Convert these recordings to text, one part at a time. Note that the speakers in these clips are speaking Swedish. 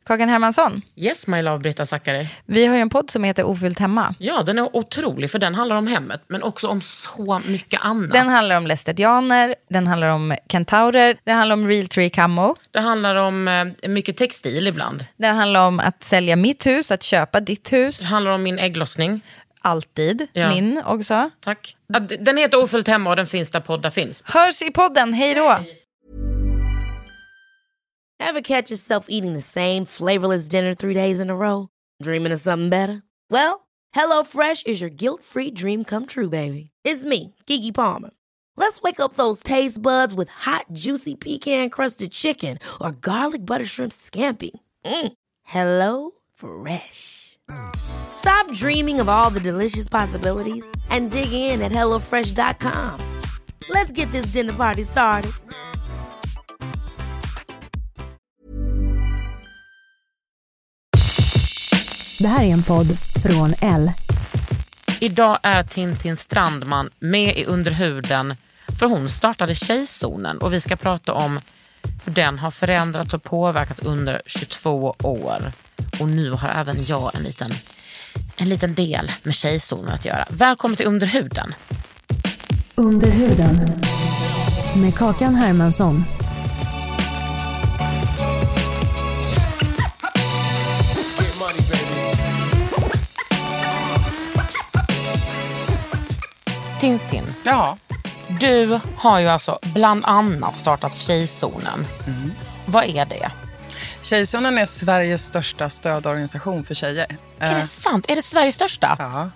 Kakan Hermansson. Yes, my love, Britta Zackari. Vi har ju en podd som heter Ofyllt hemma. Ja, den är otrolig för den handlar om hemmet, men också om så mycket annat. Den handlar om lästetianer, den handlar om kentaurer, den handlar om Realtree Camo. Det handlar om mycket textil ibland. Den handlar om att sälja mitt hus, att köpa ditt hus. Det handlar om min ägglossning. Alltid, min också. Tack. Den heter Ofyllt hemma och den finns där poddar finns. Hörs i podden, hej då! Ever catch yourself eating the same flavorless dinner 3 days in a row? Dreaming of something better? Well, HelloFresh is your guilt-free dream come true, baby. It's me, Keke Palmer. Let's wake up those taste buds with hot, juicy pecan-crusted chicken or garlic butter shrimp scampi. Hello Fresh. Stop dreaming of all the delicious possibilities and dig in at HelloFresh.com. Let's get this dinner party started. Det här är en podd från L. Idag är Tintin Strandman med i Underhuden, för hon startade Tjejzonen och vi ska prata om hur den har förändrats och påverkat under 22 år. Och nu har även jag en liten del med Tjejzonen att göra. Välkommen till Underhuden. Underhuden med Kakan Hermansson. Tintin. Ja. Du har ju alltså bland annat startat Tjejzonen. Vad är det? Tjejzonen är Sveriges största stödorganisation för tjejer. Är det sant? Är det Sveriges största? Ja.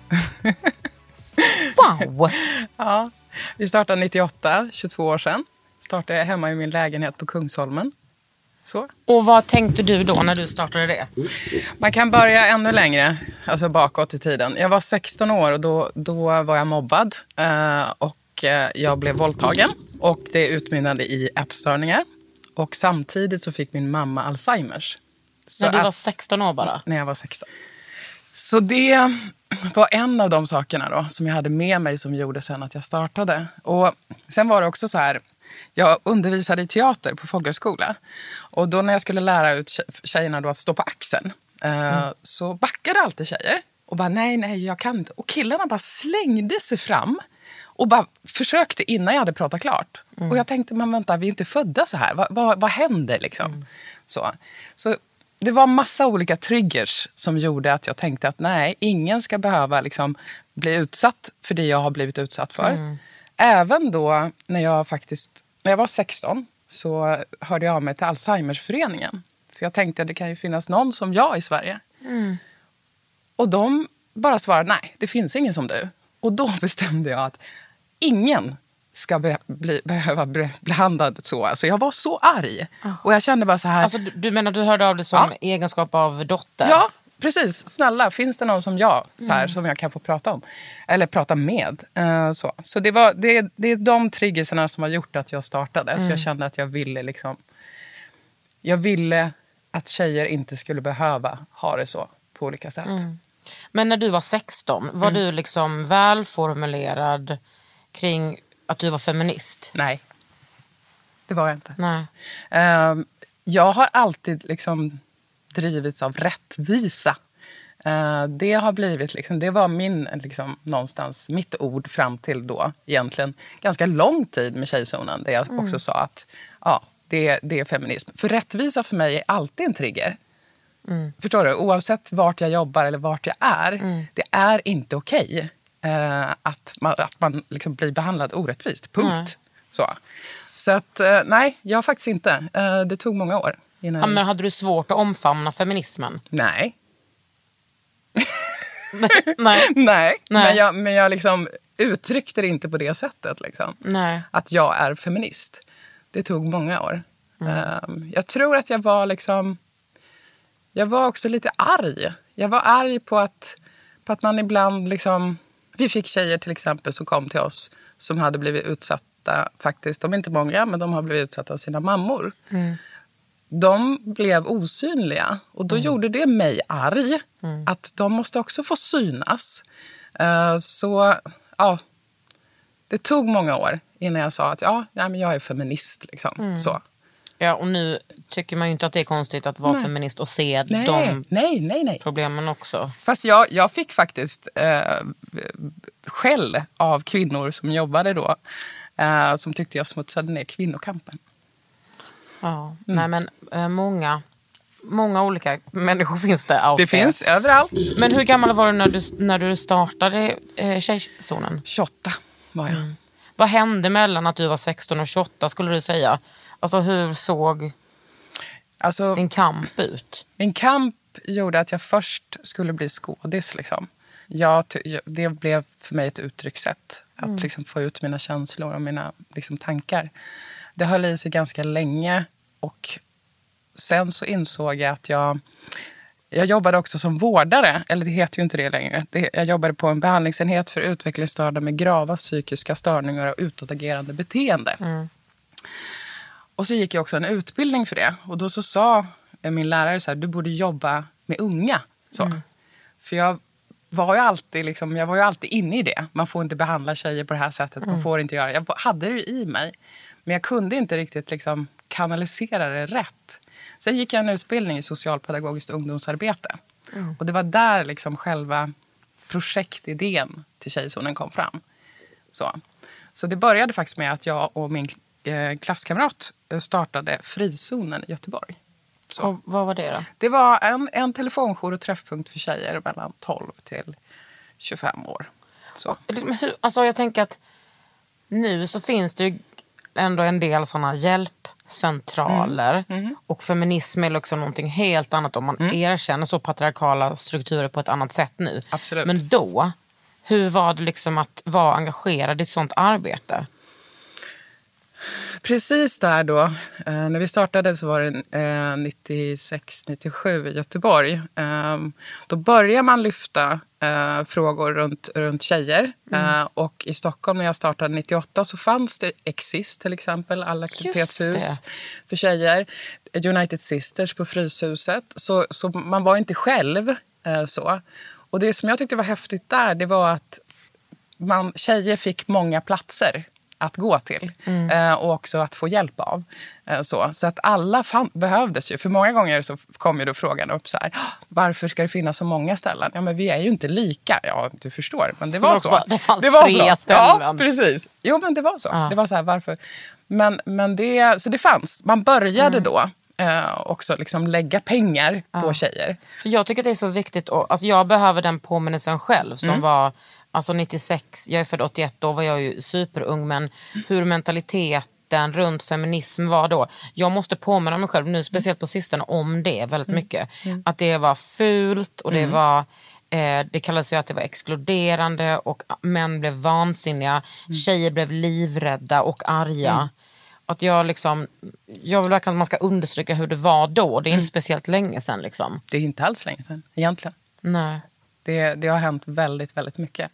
Wow! Ja. Vi startade 98, 22 år sedan. Startade jag hemma i min lägenhet på Kungsholmen. Så. Och vad tänkte du då när du startade det? Man kan börja ännu längre, alltså bakåt i tiden. Jag var 16 år och då var jag mobbad och jag blev våldtagen. Och det utmynnade i ätstörningar. Och samtidigt så fick min mamma Alzheimers. Så när du var 16 år bara? När jag var 16. Så det var en av de sakerna då som jag hade med mig som gjorde sen att jag startade. Och sen var det också så här, jag undervisade i teater på folkhögskola. Och då när jag skulle lära ut tjejerna då att stå på axeln så backade alltid tjejer. Och bara nej, jag kan inte. Och killarna bara slängde sig fram och bara försökte innan jag hade pratat klart. Och jag tänkte, men vänta, vi är inte födda så här. Vad händer liksom? Så det var massa olika triggers som gjorde att jag tänkte att nej, ingen ska behöva liksom bli utsatt för det jag har blivit utsatt för. Även då när jag var 16 så hörde jag av mig till Alzheimersföreningen. För jag tänkte att det kan ju finnas någon som jag i Sverige. Och de bara svarade, nej, det finns ingen som du. Och då bestämde jag att ingen ska behöva bli behandlad så. Alltså jag var så arg. Och jag kände bara så här. Alltså du menar du hörde av det som egenskap av dotter? Ja, precis. Snälla, finns det någon som jag så här, som jag kan få prata om? Eller prata med. Så det är de triggerserna som har gjort att jag startade. Så jag kände att jag ville att tjejer inte skulle behöva ha det så på olika sätt. Men när du var 16, var du liksom välformulerad kring att du var feminist? Nej, det var jag inte. Nej. Jag har alltid liksom drivits av rättvisa. Det har blivit liksom, det var någonstans mitt ord fram till då egentligen ganska lång tid med Tjejzonen, där jag också sa att det är feminism. För rättvisa för mig är alltid en trigger. Förstår du? Oavsett vart jag jobbar eller vart jag är, det är inte okej att man liksom blir behandlad orättvist. Punkt. Så att nej, jag faktiskt inte. Det tog många år. Men hade du svårt att omfamna feminismen? Nej. Nej. Men jag liksom uttryckte det inte på det sättet. Liksom. Nej. Att jag är feminist. Det tog många år. Jag tror att jag var liksom... Jag var också lite arg. Jag var arg på att man ibland liksom... Vi fick tjejer till exempel som kom till oss som hade blivit utsatta faktiskt. De är inte många, men de har blivit utsatta av sina mammor. De blev osynliga. Och då gjorde det mig arg. Att de måste också få synas. Det tog många år innan jag sa att men jag är feminist. Liksom. Så. Ja, och nu tycker man ju inte att det är konstigt att vara feminist och se de problemen också. Fast jag fick faktiskt skäll av kvinnor som jobbade då. Som tyckte jag smutsade ner kvinnokampen. Ja, nej men många olika människor finns det. Det finns överallt. Men hur gammal var du när du startade Tjejzonen? 28 var jag. Vad hände mellan att du var 16 och 28 skulle du säga? Alltså hur såg din kamp ut? Min kamp gjorde att jag först skulle bli skådis. Liksom. Det blev för mig ett uttryckssätt. Att liksom få ut mina känslor och mina liksom, tankar. Det höll i sig ganska länge. Och sen så insåg jag att jag jobbade också som vårdare. Eller det heter ju inte det längre. Jag jobbade på en behandlingsenhet för utvecklingsstörda med grava psykiska störningar och utåtagerande beteende. Och så gick jag också en utbildning för det. Och då så sa min lärare så här, du borde jobba med unga. Så. För jag var ju alltid inne i det. Man får inte behandla tjejer på det här sättet. Man får inte göra. Jag hade det ju i mig. Men jag kunde inte riktigt liksom kanalisera det rätt. Sen gick jag en utbildning i socialpedagogiskt ungdomsarbete. Och det var där liksom själva projektidén till Tjejzonen kom fram. Så det började faktiskt med att jag och min klasskamrat startade Frizonen i Göteborg. Så. Och vad var det då? Det var en telefonjour och träffpunkt för tjejer mellan 12 till 25 år. Så. Alltså jag tänker att nu så finns det ju ändå en del sådana hjälpcentraler. Och feminism är liksom någonting helt annat om man erkänner så patriarkala strukturer på ett annat sätt nu. Absolut. Men då, hur var det liksom att vara engagerad i ett sånt arbete? Precis där då, när vi startade så var det 96-97 i Göteborg. Då börjar man lyfta frågor runt tjejer. Och i Stockholm när jag startade 98 så fanns det Exist till exempel, alla aktivitetshus för tjejer. United Sisters på Fryshuset. Så man var inte själv så. Och det som jag tyckte var häftigt där, det var att tjejer fick många platser att gå till och också att få hjälp av. Så att alla behövdes ju. För många gånger så kom ju då frågan upp så här, varför ska det finnas så många ställen? Ja, men vi är ju inte lika. Ja, du förstår. Men det var så. Det fanns 3 ställen. Ja, precis. Jo, men det var så. Det var så här, varför? Men så det fanns. Man började då också liksom lägga pengar på tjejer. För jag tycker det är så viktigt. Alltså jag behöver den påminnelsen själv som var... Alltså 96, jag är född 81, då var jag ju superung, men hur mentaliteten runt feminism var då. Jag måste påminna mig själv nu, speciellt på sistone, om det väldigt mycket. Att det var fult och det var, det kallades ju att det var exkluderande och män blev vansinniga, tjejer blev livrädda och arga. Att jag vill verkligen att man ska understryka hur det var då. Det är inte speciellt länge sedan liksom. Det är inte alls länge sedan, egentligen. Nej. Det har hänt väldigt, väldigt mycket.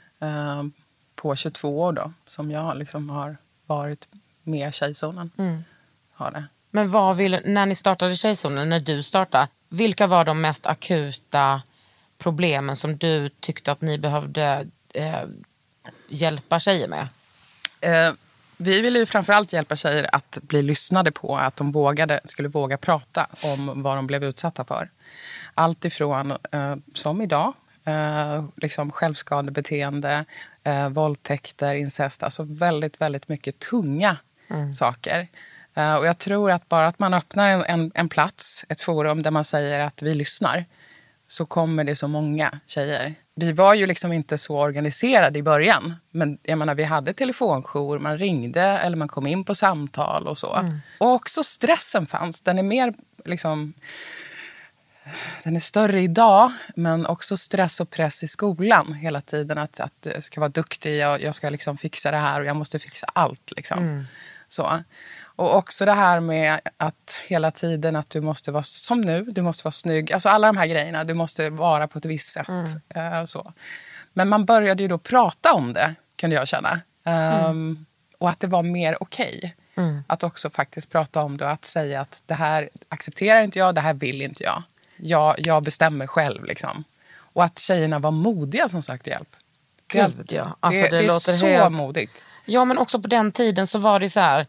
På 22 år då, som jag liksom har varit med Tjejzonen. Har det. Men när ni startade Tjejzonen, när du startade, vilka var de mest akuta problemen som du tyckte att ni behövde hjälpa tjejer med? Vi ville ju framförallt hjälpa tjejer att bli lyssnade på, att de skulle våga prata om vad de blev utsatta för. Allt ifrån, som idag, liksom självskadebeteende, våldtäkter, incest. Alltså väldigt, väldigt mycket tunga saker. Och jag tror att bara att man öppnar en plats, ett forum där man säger att vi lyssnar, så kommer det så många tjejer. Vi var ju liksom inte så organiserade i början. Men jag menar, vi hade telefonjour, man ringde eller man kom in på samtal och så. Och också stressen fanns. Den är mer liksom... Den är större idag, men också stress och press i skolan hela tiden. Att jag ska vara duktig, jag ska liksom fixa det här och jag måste fixa allt. Liksom. Så. Och också det här med att hela tiden att du måste vara som nu, du måste vara snygg. Alltså alla de här grejerna, du måste vara på ett visst sätt. Så. Men man började ju då prata om det, kunde jag känna. Och att det var mer okej. Att också faktiskt prata om det och att säga att det här accepterar inte jag, det här vill inte jag. Jag bestämmer själv liksom. Och att tjejerna var modiga som sagt hjälp. Gud, ja. Alltså, det låter så modigt. Ja, men också på den tiden så var det så här,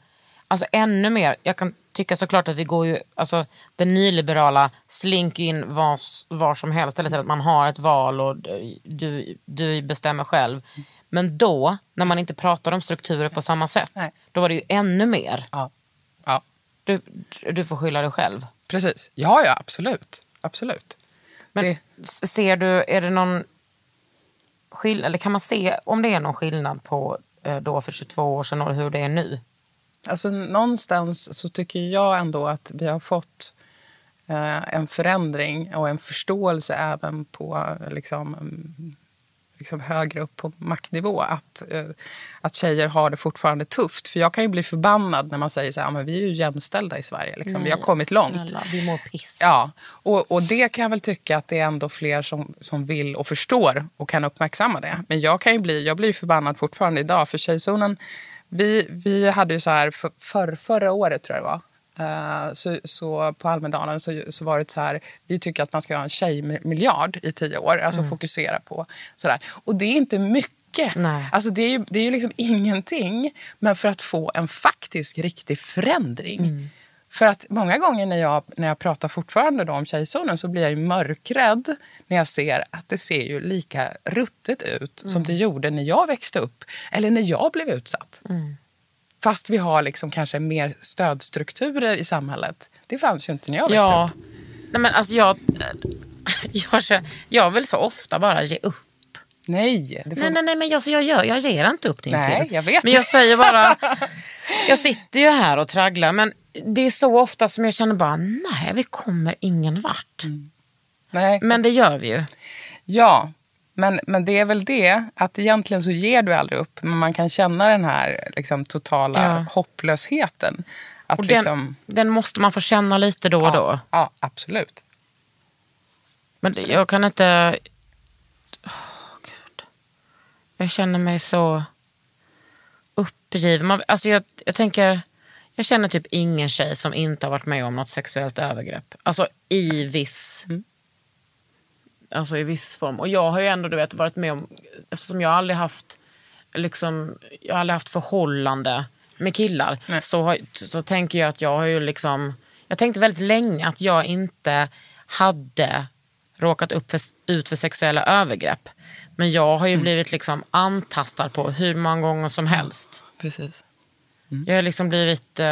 alltså ännu mer. Jag kan tycka såklart att vi går ju, alltså den nyliberala slinker in var som helst, eller till att man har ett val och du bestämmer själv. Men då, när man inte pratar om strukturer på samma sätt, då var det ju ännu mer. Ja. Du får skylla dig själv. Precis. Ja, absolut. Men ser du, är det någon skillnad, eller kan man se om det är någon skillnad på då för 22 år sedan och hur det är nu? Alltså någonstans så tycker jag ändå att vi har fått en förändring och en förståelse även på liksom högre upp på maktnivå att tjejer har det fortfarande tufft. För jag kan ju bli förbannad när man säger så här, men vi är ju jämställda i Sverige. Liksom. Vi har kommit långt. Snälla, vi mår piss. Ja, och det kan jag väl tycka att det är ändå fler som vill och förstår och kan uppmärksamma det. Men jag blir förbannad fortfarande idag. För Tjejzonen, vi hade ju så här förra året tror jag det var. Så på Almedalen så var det så här, vi tycker att man ska ha en tjejmiljard i 10 år, alltså fokusera på sådär. Och det är inte mycket. Nej. Alltså det är ju liksom ingenting, men för att få en faktisk riktig förändring. För att många gånger när jag pratar fortfarande då om Tjejzonen så blir jag ju mörkrädd när jag ser att det ser ju lika ruttet ut som det gjorde när jag växte upp eller när jag blev utsatt. Fast vi har liksom kanske mer stödstrukturer i samhället. Det fanns ju inte när jag växte upp. Nej, men alltså jag vill så ofta bara ge upp. Nej. Nej, men jag ger inte upp din Nej, till. jag vet. Men jag säger bara, jag sitter ju här och tragglar, men det är så ofta som jag känner bara, nej, vi kommer ingen vart. Nej. Men det gör vi ju. Ja, men det är väl det att egentligen så ger du aldrig upp. Men man kan känna den här liksom, totala hopplösheten. Att och liksom, den måste man få känna lite då och då. Ja, absolut. Men jag kan inte... Gud. Jag känner mig så uppgiven. Alltså jag tänker... Jag känner typ ingen tjej som inte har varit med om något sexuellt övergrepp. Alltså i viss... Alltså i viss form. Och jag har ju ändå varit med om... Eftersom jag aldrig haft... Liksom, jag har aldrig haft förhållande med killar. Så tänker jag att jag har ju liksom... Jag tänkte väldigt länge att jag inte hade råkat ut för sexuella övergrepp. Men jag har ju blivit liksom antastad på hur många gånger som helst. Precis. Jag har liksom blivit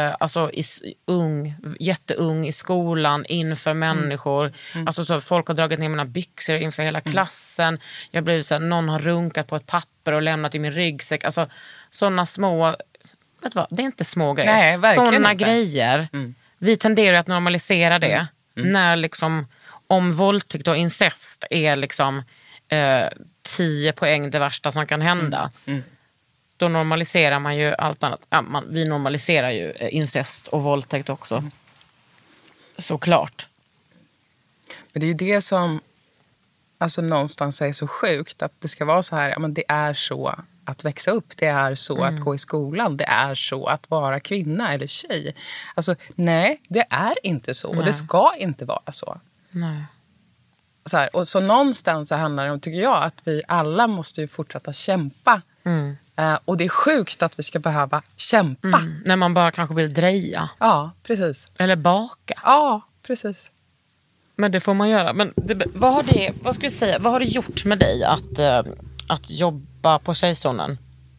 jätteung i skolan inför människor. Alltså så folk har dragit ner mina byxor inför hela klassen. Jag har blivit så här, någon har runkat på ett papper och lämnat i min ryggsäck. Alltså sådana små, vet du vad, det är inte små grejer. Nej, verkligen sådana inte. Grejer. Vi tenderar att normalisera det. När liksom, om våldtäkt och incest är liksom 10 poäng det värsta som kan hända. Då normaliserar man ju allt annat. Ja, vi normaliserar ju incest och våldtäkt också. Såklart. Men det är ju det som alltså någonstans är så sjukt. Att det ska vara så här, ja, men det är så att växa upp. Det är så att gå i skolan. Det är så att vara kvinna eller tjej. Alltså nej, det är inte så. Och det ska inte vara så. Nej. Så här, och så någonstans så handlar det om, tycker jag, att vi alla måste ju fortsätta kämpa. Och det är sjukt att vi ska behöva kämpa. När man bara kanske vill dreja. Ja, precis. Eller baka. Ja, precis. Men det får man göra. Men vad ska jag säga? Vad har det gjort med dig att jobba på Tjejzonen?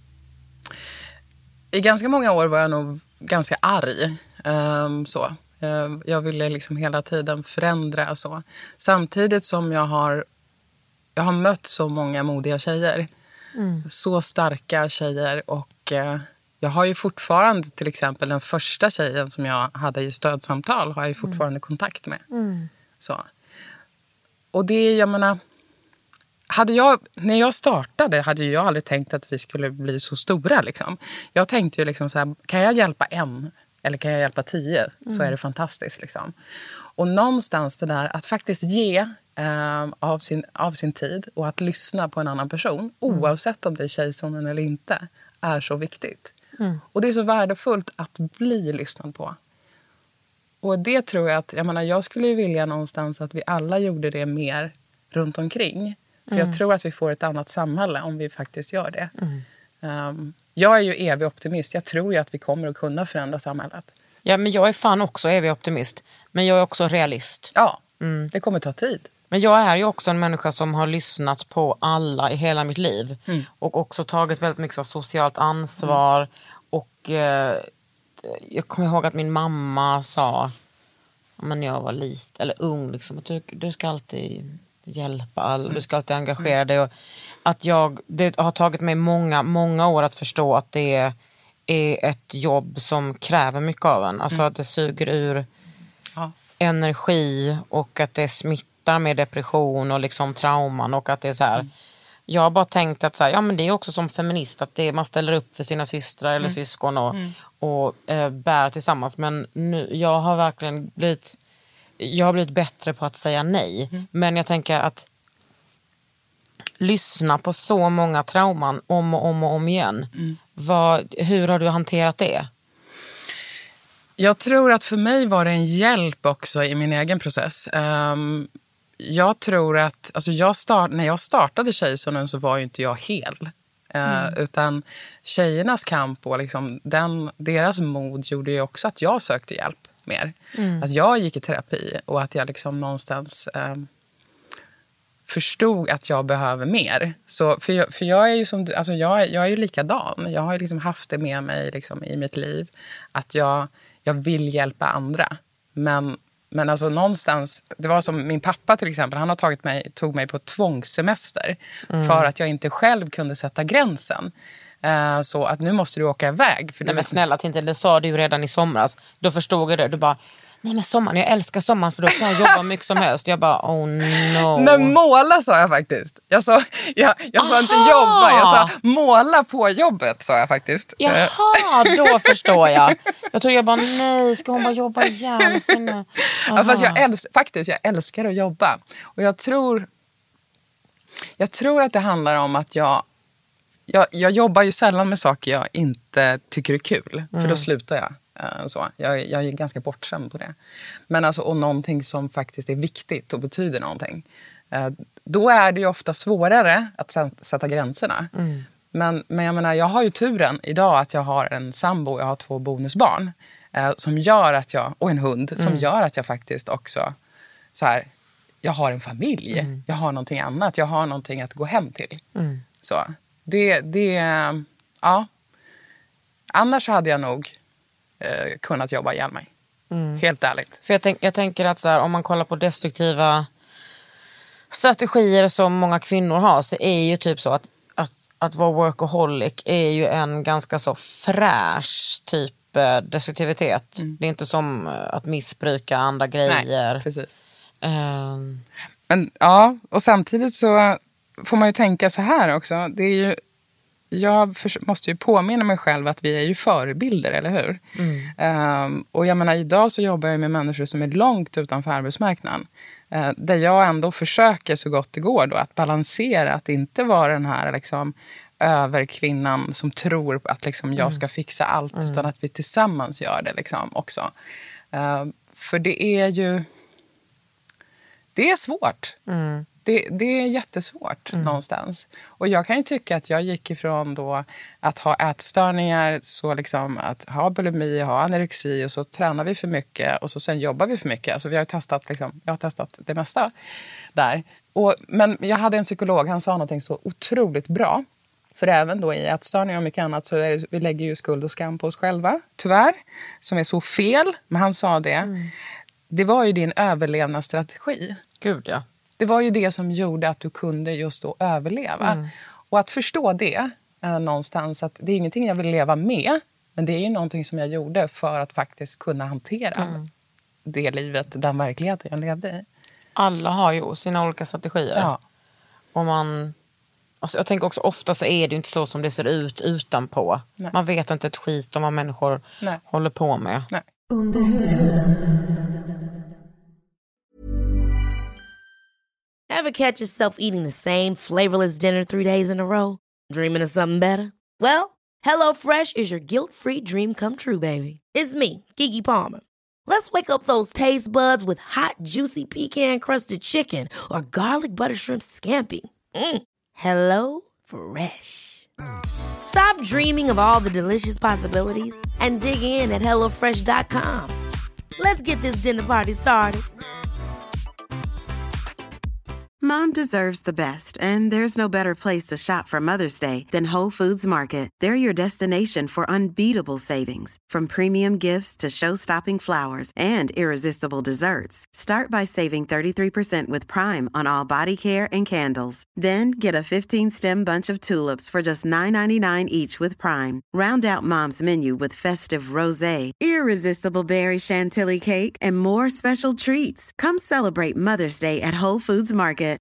I ganska många år var jag nog ganska arg. Så. Jag ville liksom hela tiden förändra så. Samtidigt som jag har mött så många modiga tjejer. Så starka tjejer. Och jag har ju fortfarande till exempel den första tjejen som jag hade i stödsamtal har jag ju fortfarande kontakt med. Så. Och det, jag menar, när jag startade hade jag aldrig tänkt att vi skulle bli så stora liksom. Jag tänkte ju liksom så här, kan jag hjälpa en eller kan jag hjälpa 10 så är det fantastiskt liksom. Och någonstans det där att faktiskt ge av sin tid och att lyssna på en annan person oavsett om det är Tjejzonen eller inte är så viktigt. Och det är så värdefullt att bli lyssnad på. Och det tror jag att, jag skulle ju vilja någonstans att vi alla gjorde det mer runt omkring. För jag tror att vi får ett annat samhälle om vi faktiskt gör det. Jag är ju evig optimist. Jag tror ju att vi kommer att kunna förändra samhället. Ja, men jag är fan också evig optimist. Men jag är också realist. Ja, det kommer ta tid. Men jag är ju också en människa som har lyssnat på alla i hela mitt liv. Och också tagit väldigt mycket av socialt ansvar. Och jag kommer ihåg att min mamma sa, men jag var eller ung, liksom, att du ska alltid hjälpa alla, du ska alltid engagera dig. Och att det har tagit mig många år att förstå att det är ett jobb som kräver mycket av en. Alltså att det suger ur energi och att det smittar med depression och liksom trauman och att det är så här. Jag har bara tänkt att så här, ja, men det är också som feminist att man ställer upp för sina systrar eller syskon och bär tillsammans. Men nu, jag har verkligen blivit bättre på att säga nej. Men jag tänker att lyssna på så många trauman om och om igen. Hur har du hanterat det? Jag tror att för mig var det en hjälp också i min egen process. Jag tror att, alltså när jag startade Tjejsonen så var ju inte jag hel. Utan tjejernas kamp och liksom deras mod gjorde ju också att jag sökte hjälp mer. Att jag gick i terapi och att jag liksom någonstans förstod att jag behöver mer. Så, för jag är ju som, alltså jag är ju likadan. Jag har ju liksom haft det med mig liksom i mitt liv. Att jag vill hjälpa andra. Men alltså någonstans, det var som min pappa till exempel, han har tog mig på tvångssemester för att jag inte själv kunde sätta gränsen. Så att nu måste du åka iväg. För men snälla Tintin, det sa du ju redan i somras. Då förstod jag det. Du bara, nej men sommaren, jag älskar sommaren för då kan jag jobba mycket som helst. Jag bara, oh no. Nej, måla sa jag faktiskt. Jag sa inte jobba, jag sa måla på jobbet sa jag faktiskt. Jaha, då förstår jag. Jag tror jag bara, nej, ska hon bara jobba igen? Ja, fast jag älskar att jobba. Och jag tror att det handlar om att jag jobbar ju sällan med saker jag inte tycker är kul. För då slutar jag. Så. Jag är ganska bortskämd på det. Men alltså, och någonting som faktiskt är viktigt och betyder någonting. Då är det ju ofta svårare att sätta gränserna. Men jag menar, jag har ju turen idag att jag har en sambo, jag har 2 bonusbarn. Som gör att och en hund, som gör att jag faktiskt också så här, jag har en familj. Jag har någonting annat, jag har någonting att gå hem till. Så ja. Annars hade jag nog kunnat jobba ihjäl mig. Helt ärligt. För jag tänker att så här, om man kollar på destruktiva strategier som många kvinnor har, så är ju typ så att vara workaholic är ju en ganska så fräsch typ destruktivitet. Det är inte som att missbruka andra grejer. Nej, precis. Men ja, och samtidigt så får man ju tänka så här också. Det är ju, jag måste ju påminna mig själv att vi är ju förebilder, eller hur? Och jag menar, idag så jobbar jag med människor som är långt utanför arbetsmarknaden. Där jag ändå försöker så gott det går då att balansera, att inte vara den här liksom överkvinnan som tror att liksom jag ska fixa allt, utan att vi tillsammans gör det liksom också. För det är svårt. Det är jättesvårt någonstans. Och jag kan ju tycka att jag gick ifrån då att ha ätstörningar, så liksom att ha bulimi, ha anorexi, och så tränar vi för mycket och så sen jobbar vi för mycket. Alltså jag har testat det mesta där. Men jag hade en psykolog, han sa någonting så otroligt bra. För även då i ätstörningar och mycket annat så vi lägger ju skuld och skam på oss själva, tyvärr. Som är så fel. Men han sa det. Det var ju din överlevnadsstrategi. Gud, ja. Det var ju det som gjorde att du kunde just då överleva. Och att förstå det någonstans, att det är ingenting jag vill leva med. Men det är ju någonting som jag gjorde för att faktiskt kunna hantera det livet, den verkligheten jag levde i. Alla har ju sina olika strategier. Ja. Och alltså jag tänker också, ofta så är det ju inte så som det ser ut utanpå. Nej. Man vet inte ett skit om vad människor håller på med. Nej. Under huden. Ever catch yourself eating the same flavorless dinner 3 days in a row? Dreaming of something better? Well, HelloFresh is your guilt-free dream come true, baby. It's me, Keke Palmer. Let's wake up those taste buds with hot, juicy pecan-crusted chicken or garlic butter shrimp scampi. Hello Fresh. Stop dreaming of all the delicious possibilities and dig in at HelloFresh.com. Let's get this dinner party started. Mom deserves the best, and there's no better place to shop for Mother's Day than Whole Foods Market. They're your destination for unbeatable savings, from premium gifts to show-stopping flowers and irresistible desserts. Start by saving 33% with Prime on all body care and candles. Then get a 15-stem bunch of tulips for just $9.99 each with Prime. Round out Mom's menu with festive rosé, irresistible berry chantilly cake, and more special treats. Come celebrate Mother's Day at Whole Foods Market.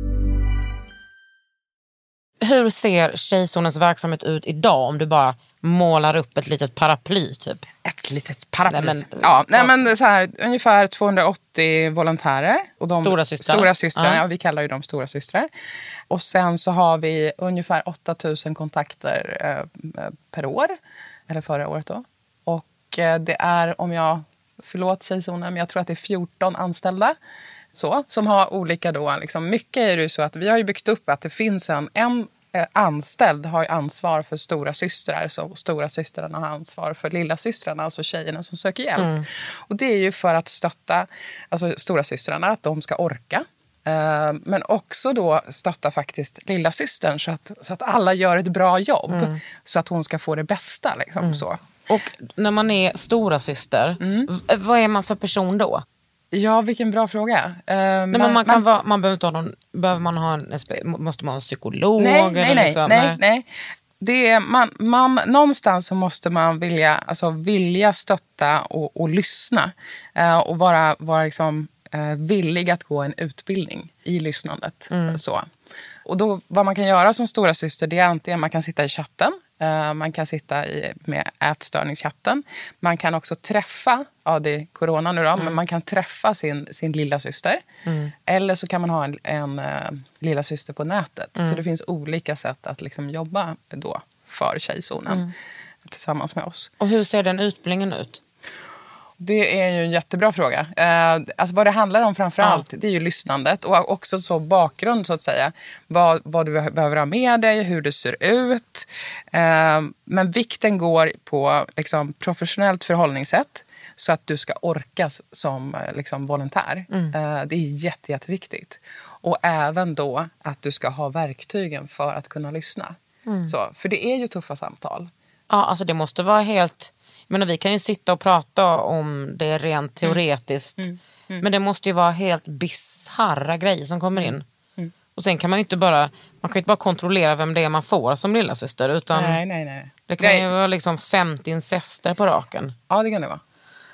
Hur ser Tjejzonens verksamhet ut idag om du bara målar upp ett litet paraply typ? Ett litet paraply? Men så här, ungefär 280 volontärer. Och de, stora systrar, ja, vi kallar ju dem stora systrar. Och sen så har vi ungefär 8000 kontakter per år. Eller förra året då. Och det är, förlåt Tjejzonen, men jag tror att det är 14 anställda. Så, som har olika då, liksom, mycket är det ju så att vi har ju byggt upp att det finns en anställd har ju ansvar för stora systrar, så stora systrarna har ansvar för lilla systrarna, alltså tjejerna som söker hjälp. Och det är ju för att stötta alltså stora systrarna, att de ska orka. Men också då stötta faktiskt lilla systern så att alla gör ett bra jobb, så att hon ska få det bästa liksom, så. Och när man är stora syster, vad är man för person då? Ja, vilken bra fråga. Man behöver inte ha någon, måste man ha en psykolog? Nej. Det är, någonstans så måste man vilja stötta och lyssna. Och vara liksom, villig att gå en utbildning i lyssnandet. Så. Och då, vad man kan göra som stora syster, det är antingen man kan sitta i chatten. Man kan sitta med ätstörningschatten. Man kan också träffa, det är corona nu då, men man kan träffa sin lilla syster. Eller så kan man ha en lilla syster på nätet. Så det finns olika sätt att liksom jobba då för Tjejzonen tillsammans med oss. Och hur ser den utbildningen ut? Det är ju en jättebra fråga. Alltså vad det handlar om framförallt, det är ju lyssnandet. Och också så bakgrund så att säga. Vad du behöver ha med dig, hur det ser ut. Men vikten går på liksom, professionellt förhållningssätt. Så att du ska orkas som liksom, volontär. Det är jätteviktigt. Och även då att du ska ha verktygen för att kunna lyssna. Så, för det är ju tuffa samtal. Ja, alltså det måste vara helt... Men vi kan ju sitta och prata om det rent teoretiskt. Men det måste ju vara helt bisarra grejer som kommer in. Och sen kan man ju inte bara kontrollera vem det är man får som lilla syster, utan nej. Det kan ju vara liksom 50 incester på raken. Ja, det kan det vara.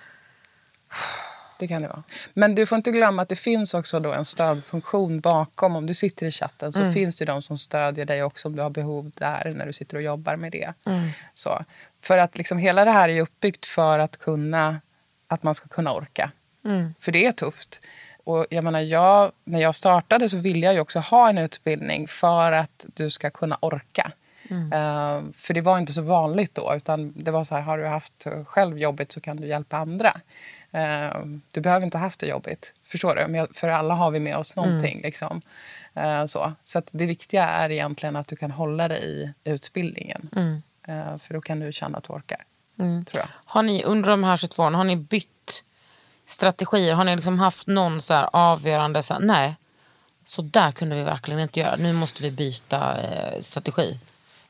Det kan det vara. Men du får inte glömma att det finns också då en stödfunktion bakom. Om du sitter i chatten så finns det de som stödjer dig också om du har behov där när du sitter och jobbar med det. Så. För att liksom hela det här är uppbyggt för att man ska kunna orka. För det är tufft. Och jag menar, när jag startade så ville jag ju också ha en utbildning för att du ska kunna orka. För det var inte så vanligt då, utan det var så här, har du haft själv jobbigt så kan du hjälpa andra. Du behöver inte ha haft det jobbigt, förstår du? För alla har vi med oss någonting liksom. Så att det viktiga är egentligen att du kan hålla dig i utbildningen. För då kan du känna att du orkar, tror jag. Har ni under de här 22 åren, har ni bytt strategier? Har ni liksom haft någon så här avgörande så här, nej, så där kunde vi verkligen inte göra. Nu måste vi byta strategi.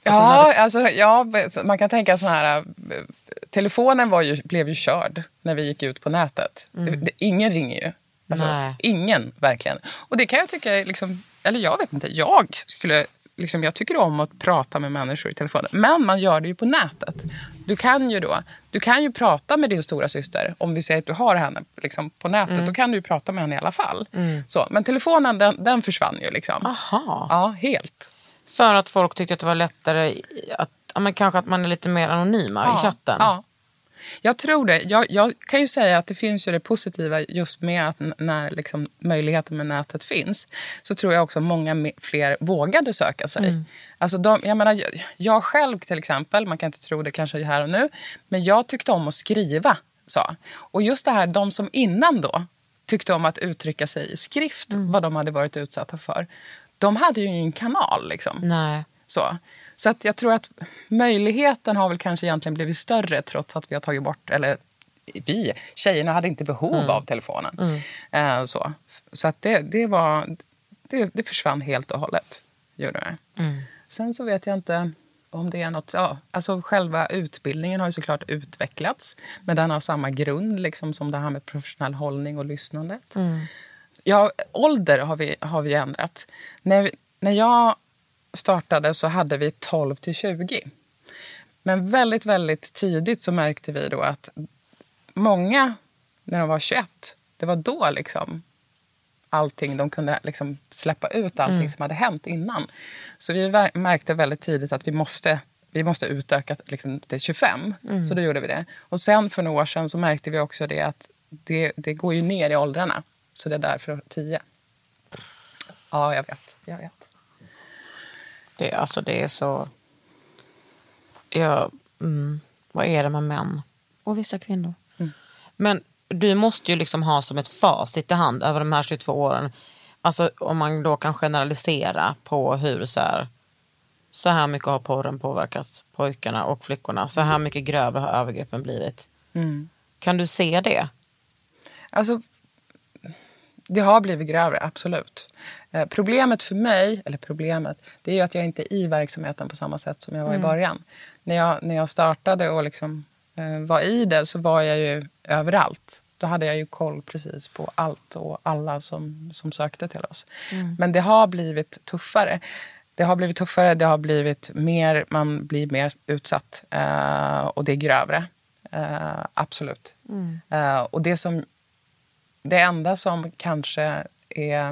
Man kan tänka så här, telefonen blev ju körd när vi gick ut på nätet. Ingen ringer ju. Alltså, ingen, verkligen. Och det kan jag tycka liksom, eller jag vet inte, jag tycker om att prata med människor i telefonen. Men man gör det ju på nätet. Du kan ju prata med din stora syster. Om vi säger att du har henne liksom på nätet. Då kan du ju prata med henne i alla fall. Så, men telefonen, den försvann ju liksom. Aha. Ja, helt. För att folk tyckte att det var lättare kanske att man är lite mer anonyma i chatten. Ja. Jag tror det. Jag kan ju säga att det finns ju det positiva just med att när liksom möjligheten med nätet finns, så tror jag också många fler vågade söka sig. Alltså jag själv till exempel, man kan inte tro det kanske här och nu, men jag tyckte om att skriva. Så. Och just det här, de som innan då tyckte om att uttrycka sig i skrift, vad de hade varit utsatta för, de hade ju ingen kanal liksom. Nej. Så att jag tror att möjligheten har väl kanske egentligen blivit större trots att vi har tagit bort, eller tjejerna hade inte behov av telefonen. Så att det försvann helt och hållet. Gjorde det. Sen så vet jag inte om det är något, alltså själva utbildningen har ju såklart utvecklats, men den har samma grund liksom som det här med professionell hållning och lyssnandet. Ja, ålder har vi ändrat. När jag startade så hade vi 12 till 20. Men väldigt, väldigt tidigt så märkte vi då att många, när de var 21, det var då liksom allting, de kunde liksom släppa ut allting som hade hänt innan. Så vi märkte väldigt tidigt att vi måste utöka liksom till 25. Så då gjorde vi det. Och sen för några år sedan så märkte vi också det att det går ju ner i åldrarna. Så det är därför 10. Ja, jag vet. Det är så... Ja, vad är det med män? Och vissa kvinnor. Men du måste ju liksom ha som ett facit i hand över de här 22 åren. Alltså om man då kan generalisera på hur så här mycket har porren påverkat pojkarna och flickorna. Så här mycket grövre har övergreppen blivit. Kan du se det? Alltså, det har blivit grövre, absolut. Problemet för mig, det är ju att jag inte är i verksamheten på samma sätt som jag var i början. När jag startade och liksom var i det så var jag ju överallt. Då hade jag ju koll precis på allt och alla som sökte till oss. Men det har blivit tuffare. Det har blivit mer, man blir mer utsatt. Och det är grövre. Absolut. Och det enda som kanske är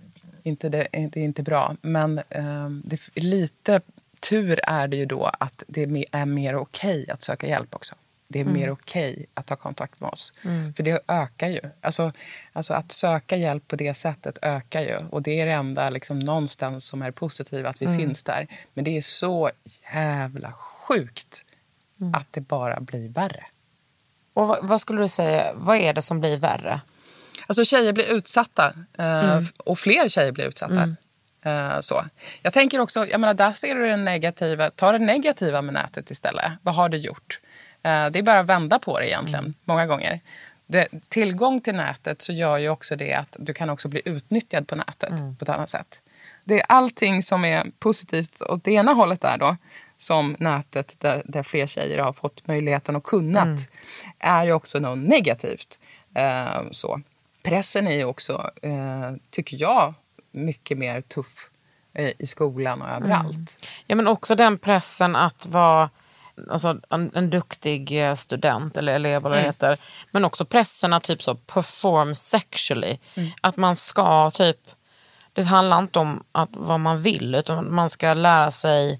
inte bra, men lite tur är det ju då att det är mer okej att söka hjälp också. Det är mer okej att ta kontakt med oss. För det ökar ju. Alltså att söka hjälp på det sättet ökar ju. Och det är det enda liksom, någonstans som är positivt att vi finns där. Men det är så jävla sjukt att det bara blir värre. Och vad skulle du säga, vad är det som blir värre? Alltså tjejer blir utsatta. Och fler tjejer blir utsatta. Så. Jag tänker också, där ser du den negativa. Ta det negativa med nätet istället. Vad har du gjort? Det är bara att vända på det egentligen, många gånger. Tillgång till nätet så gör ju också det att du kan också bli utnyttjad på nätet på ett annat sätt. Det är allting som är positivt åt det ena hållet där då, som nätet där fler tjejer har fått möjligheten och kunnat, är ju också något negativt. Så. Pressen är ju också, tycker jag, mycket mer tuff i skolan och överallt. Ja, men också den pressen att vara alltså en duktig student eller elev eller vad det heter. Men också pressen att typ så perform sexually. Att man ska typ, det handlar inte om vad man vill, utan man ska lära sig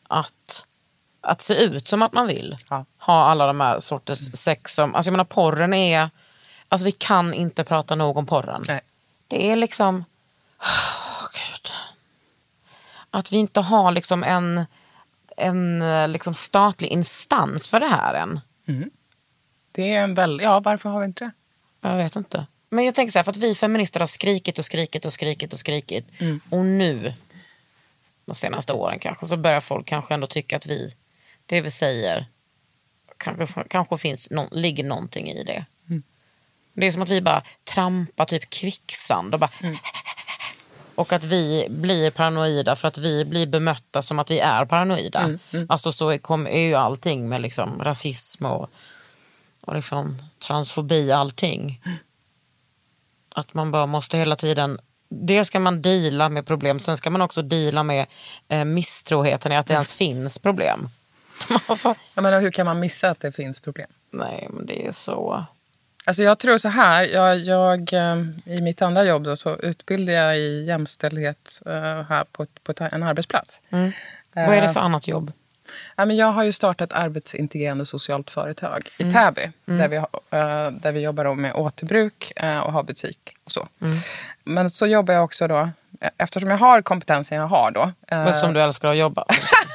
att se ut som att man vill. Ha alla de här sorters sex som, alltså jag menar porren är, alltså vi kan inte prata nog om porren. Nej. Det är liksom Gud. Att vi inte har liksom en liksom statlig instans för det här än. Det är en varför har vi inte det? Jag vet inte. Men jag tänker så här, för att vi feminister har skrikit. Och nu, de senaste åren kanske, så börjar folk kanske ändå tycka att det vi säger, kanske ligger någonting i det. Det är som att vi bara trampar typ kvicksand och bara... Och att vi blir paranoida för att vi blir bemötta som att vi är paranoida. Alltså så är ju allting med liksom rasism och liksom transfobi, allting. Att man bara måste hela tiden... Dels ska man deala med problem, sen ska man också deala med misstroheten i att det ens finns problem. Alltså, jag menar, hur kan man missa att det finns problem? Nej, men det är så... Alltså jag tror så här, jag i mitt andra jobb då, så utbildar jag i jämställdhet här på en arbetsplats. Vad är det för annat jobb? Jag har ju startat ett arbetsintegrerande socialt företag i Täby. Där vi jobbar då med återbruk och har butik och så. Men så jobbar jag också då, eftersom jag har kompetensen jag har då. Eftersom du älskar att jobba.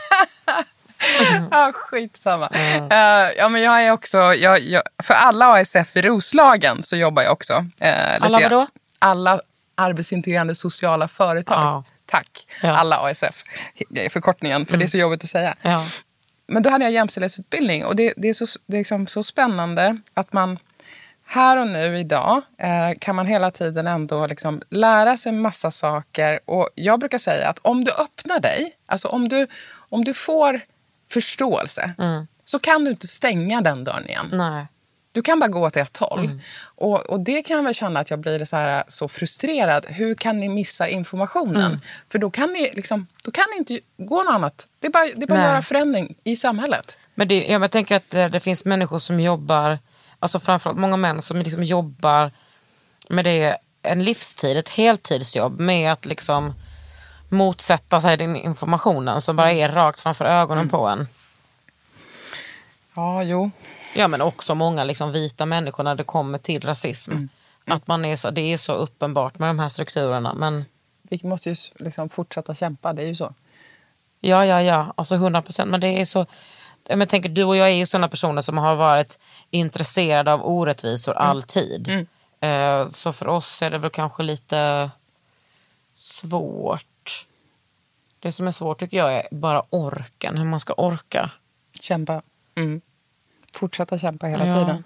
Ja, skitsamma. Men jag är också, för alla ASF i Roslagen så jobbar jag också. Alla vadå? Alla arbetsintegrerande sociala företag. tack. Ja. Alla ASF, förkortningen, för det är så jobbigt att säga. Ja. Men då hade jag jämställdhetsutbildning och det är liksom så spännande att man här och nu idag kan man hela tiden ändå liksom lära sig massa saker. Och jag brukar säga att om du öppnar dig, alltså om du får förståelse, så kan du inte stänga den dörren igen. Nej. Du kan bara gå åt ett håll. Och det kan jag väl känna att jag blir så frustrerad. Hur kan ni missa informationen? För då kan ni inte gå något annat. Det är bara att göra förändring i samhället. Men jag tänker att det finns människor som jobbar, alltså framförallt många män som liksom jobbar med det en livstid, ett heltidsjobb med att liksom motsätta sig den informationen som bara är rakt framför ögonen på en. Ja, jo. Ja, men också många liksom vita människor när det kommer till rasism. Att det är så uppenbart med de här strukturerna. Men Vi måste ju liksom fortsätta kämpa, det är ju så. Ja, alltså 100%. Men det är så, jag tänker, du och jag är ju sådana personer som har varit intresserade av orättvisor alltid. Så för oss är det väl kanske lite svårt. Det som är svårt tycker jag är bara orken, hur man ska orka. Kämpa. Fortsätta kämpa hela tiden.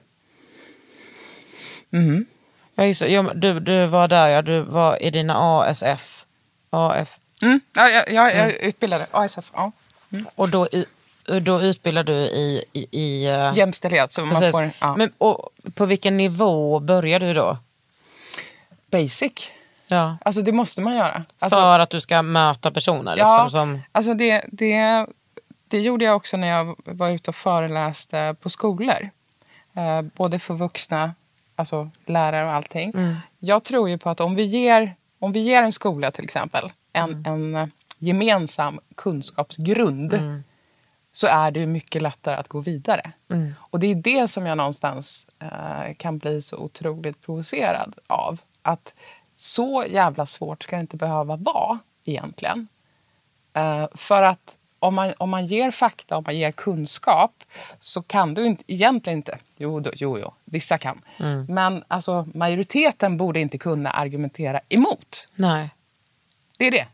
Ja, just, du var där, du var i dina ASF. Ja, jag utbildade ASF. Ja. Och då utbildar du i jämställdhet. Så man får, ja. Men och på vilken nivå börjar du då? Basic. Ja. Alltså det måste man göra. Alltså, för att du ska möta personer liksom, ja, som... alltså det gjorde jag också när jag var ute och föreläste på skolor. Både för vuxna, alltså lärare och allting. Jag tror ju på att om vi ger en skola till exempel en gemensam kunskapsgrund, så är det ju mycket lättare att gå vidare. Och det är det som jag någonstans kan bli så otroligt provocerad av. Att så jävla svårt ska det inte behöva vara egentligen. För att om man ger fakta, om man ger kunskap, så kan du egentligen inte... Jo, vissa kan. Men alltså, majoriteten borde inte kunna argumentera emot. Nej. Det är det.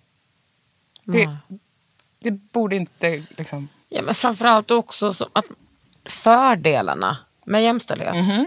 Det borde inte liksom... Ja, men framförallt också att fördelarna med jämställdhet.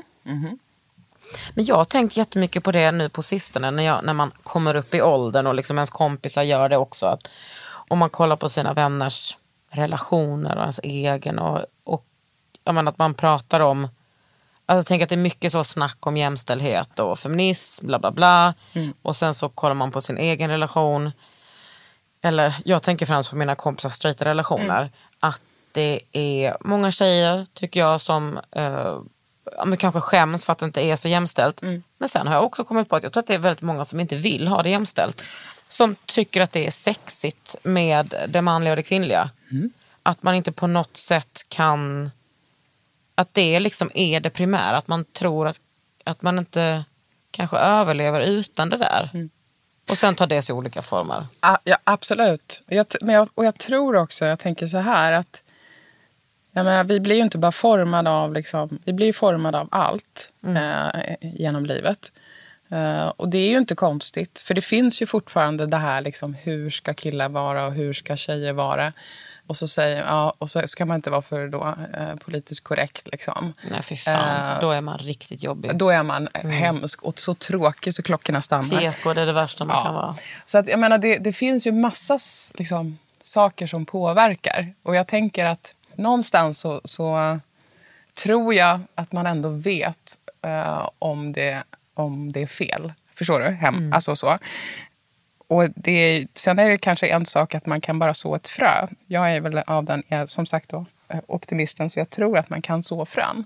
Men jag tänker jättemycket på det nu på sistone när man kommer upp i åldern och liksom ens kompisar gör det också. Att om man kollar på sina vänners relationer och ens egen och jag menar att man pratar om, alltså jag tänker att det är mycket så snack om jämställdhet och feminism, bla bla bla. Och sen så kollar man på sin egen relation. Eller jag tänker främst på mina kompisars straighta relationer. Att det är många tjejer, tycker jag, som kanske skäms för att det inte är så jämställt. Men sen har jag också kommit på att jag tror att det är väldigt många som inte vill ha det jämställt. Som tycker att det är sexigt med det manliga och det kvinnliga. Att man inte på något sätt kan... Att det liksom är det primära. Att man tror att man inte kanske överlever utan det där. Och sen tar det sig olika former. Ja, absolut. Jag tror också, jag tänker så här att jag menar, vi blir ju inte bara formade av vi blir formade av allt genom livet. Och det är ju inte konstigt, för det finns ju fortfarande det här liksom, hur ska killar vara och hur ska tjejer vara? Och så ska man inte vara för då politiskt korrekt liksom. Nej, fy fan. Då är man riktigt jobbig. Då är man hemsk och så tråkig så klockorna stannar. PK, det är det värsta man kan vara. Så att jag menar, det finns ju massa liksom, saker som påverkar. Och jag tänker att någonstans så tror jag att man ändå vet om det är fel. Förstår du? Alltså så. Och sen är det kanske en sak att man kan bara så ett frö. Jag är väl av den, som sagt då, optimisten, så jag tror att man kan så frön.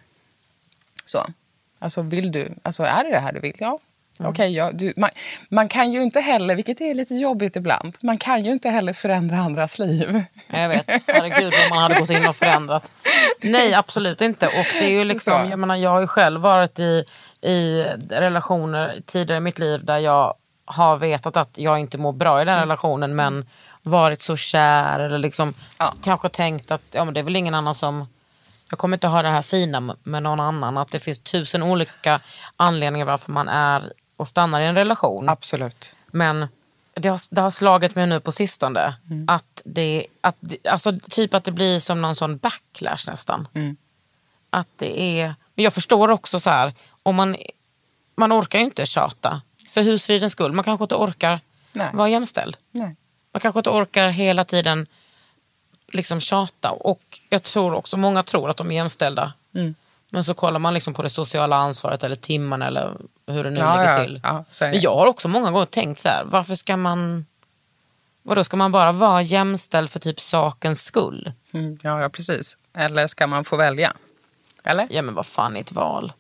Så. Alltså vill du, alltså är det här du vill? Ja. Okej, man kan ju inte heller, vilket är lite jobbigt ibland, man kan ju inte heller förändra andras liv. Jag vet, herregud om man hade gått in och förändrat. Nej, absolut inte. Och det är ju liksom, jag har ju själv varit i relationer tidigare i mitt liv där jag har vetat att jag inte mår bra i den relationen, men varit så kär eller liksom kanske tänkt att men det är väl ingen annan som, jag kommer inte ha det här fina med någon annan, att det finns 1000 olika anledningar varför man är och stannar i en relation. Absolut. Men det har slagit mig nu på sistone. Att det blir som någon sån backlash nästan. Att det är... Men jag förstår också så här, om man orkar ju inte tjata för husfridens skull. Man kanske inte orkar vara jämställd. Nej. Man kanske inte orkar hela tiden liksom tjata. Och jag tror också, många tror att de är jämställda. Men så kollar man liksom på det sociala ansvaret eller timmarna eller hur det nu ligger till. Ja, men jag har också många gånger tänkt så här, varför ska man... Vadå, ska man bara vara jämställd för typ sakens skull? Ja, precis. Eller ska man få välja? Eller? Ja, men vad fan är ett val?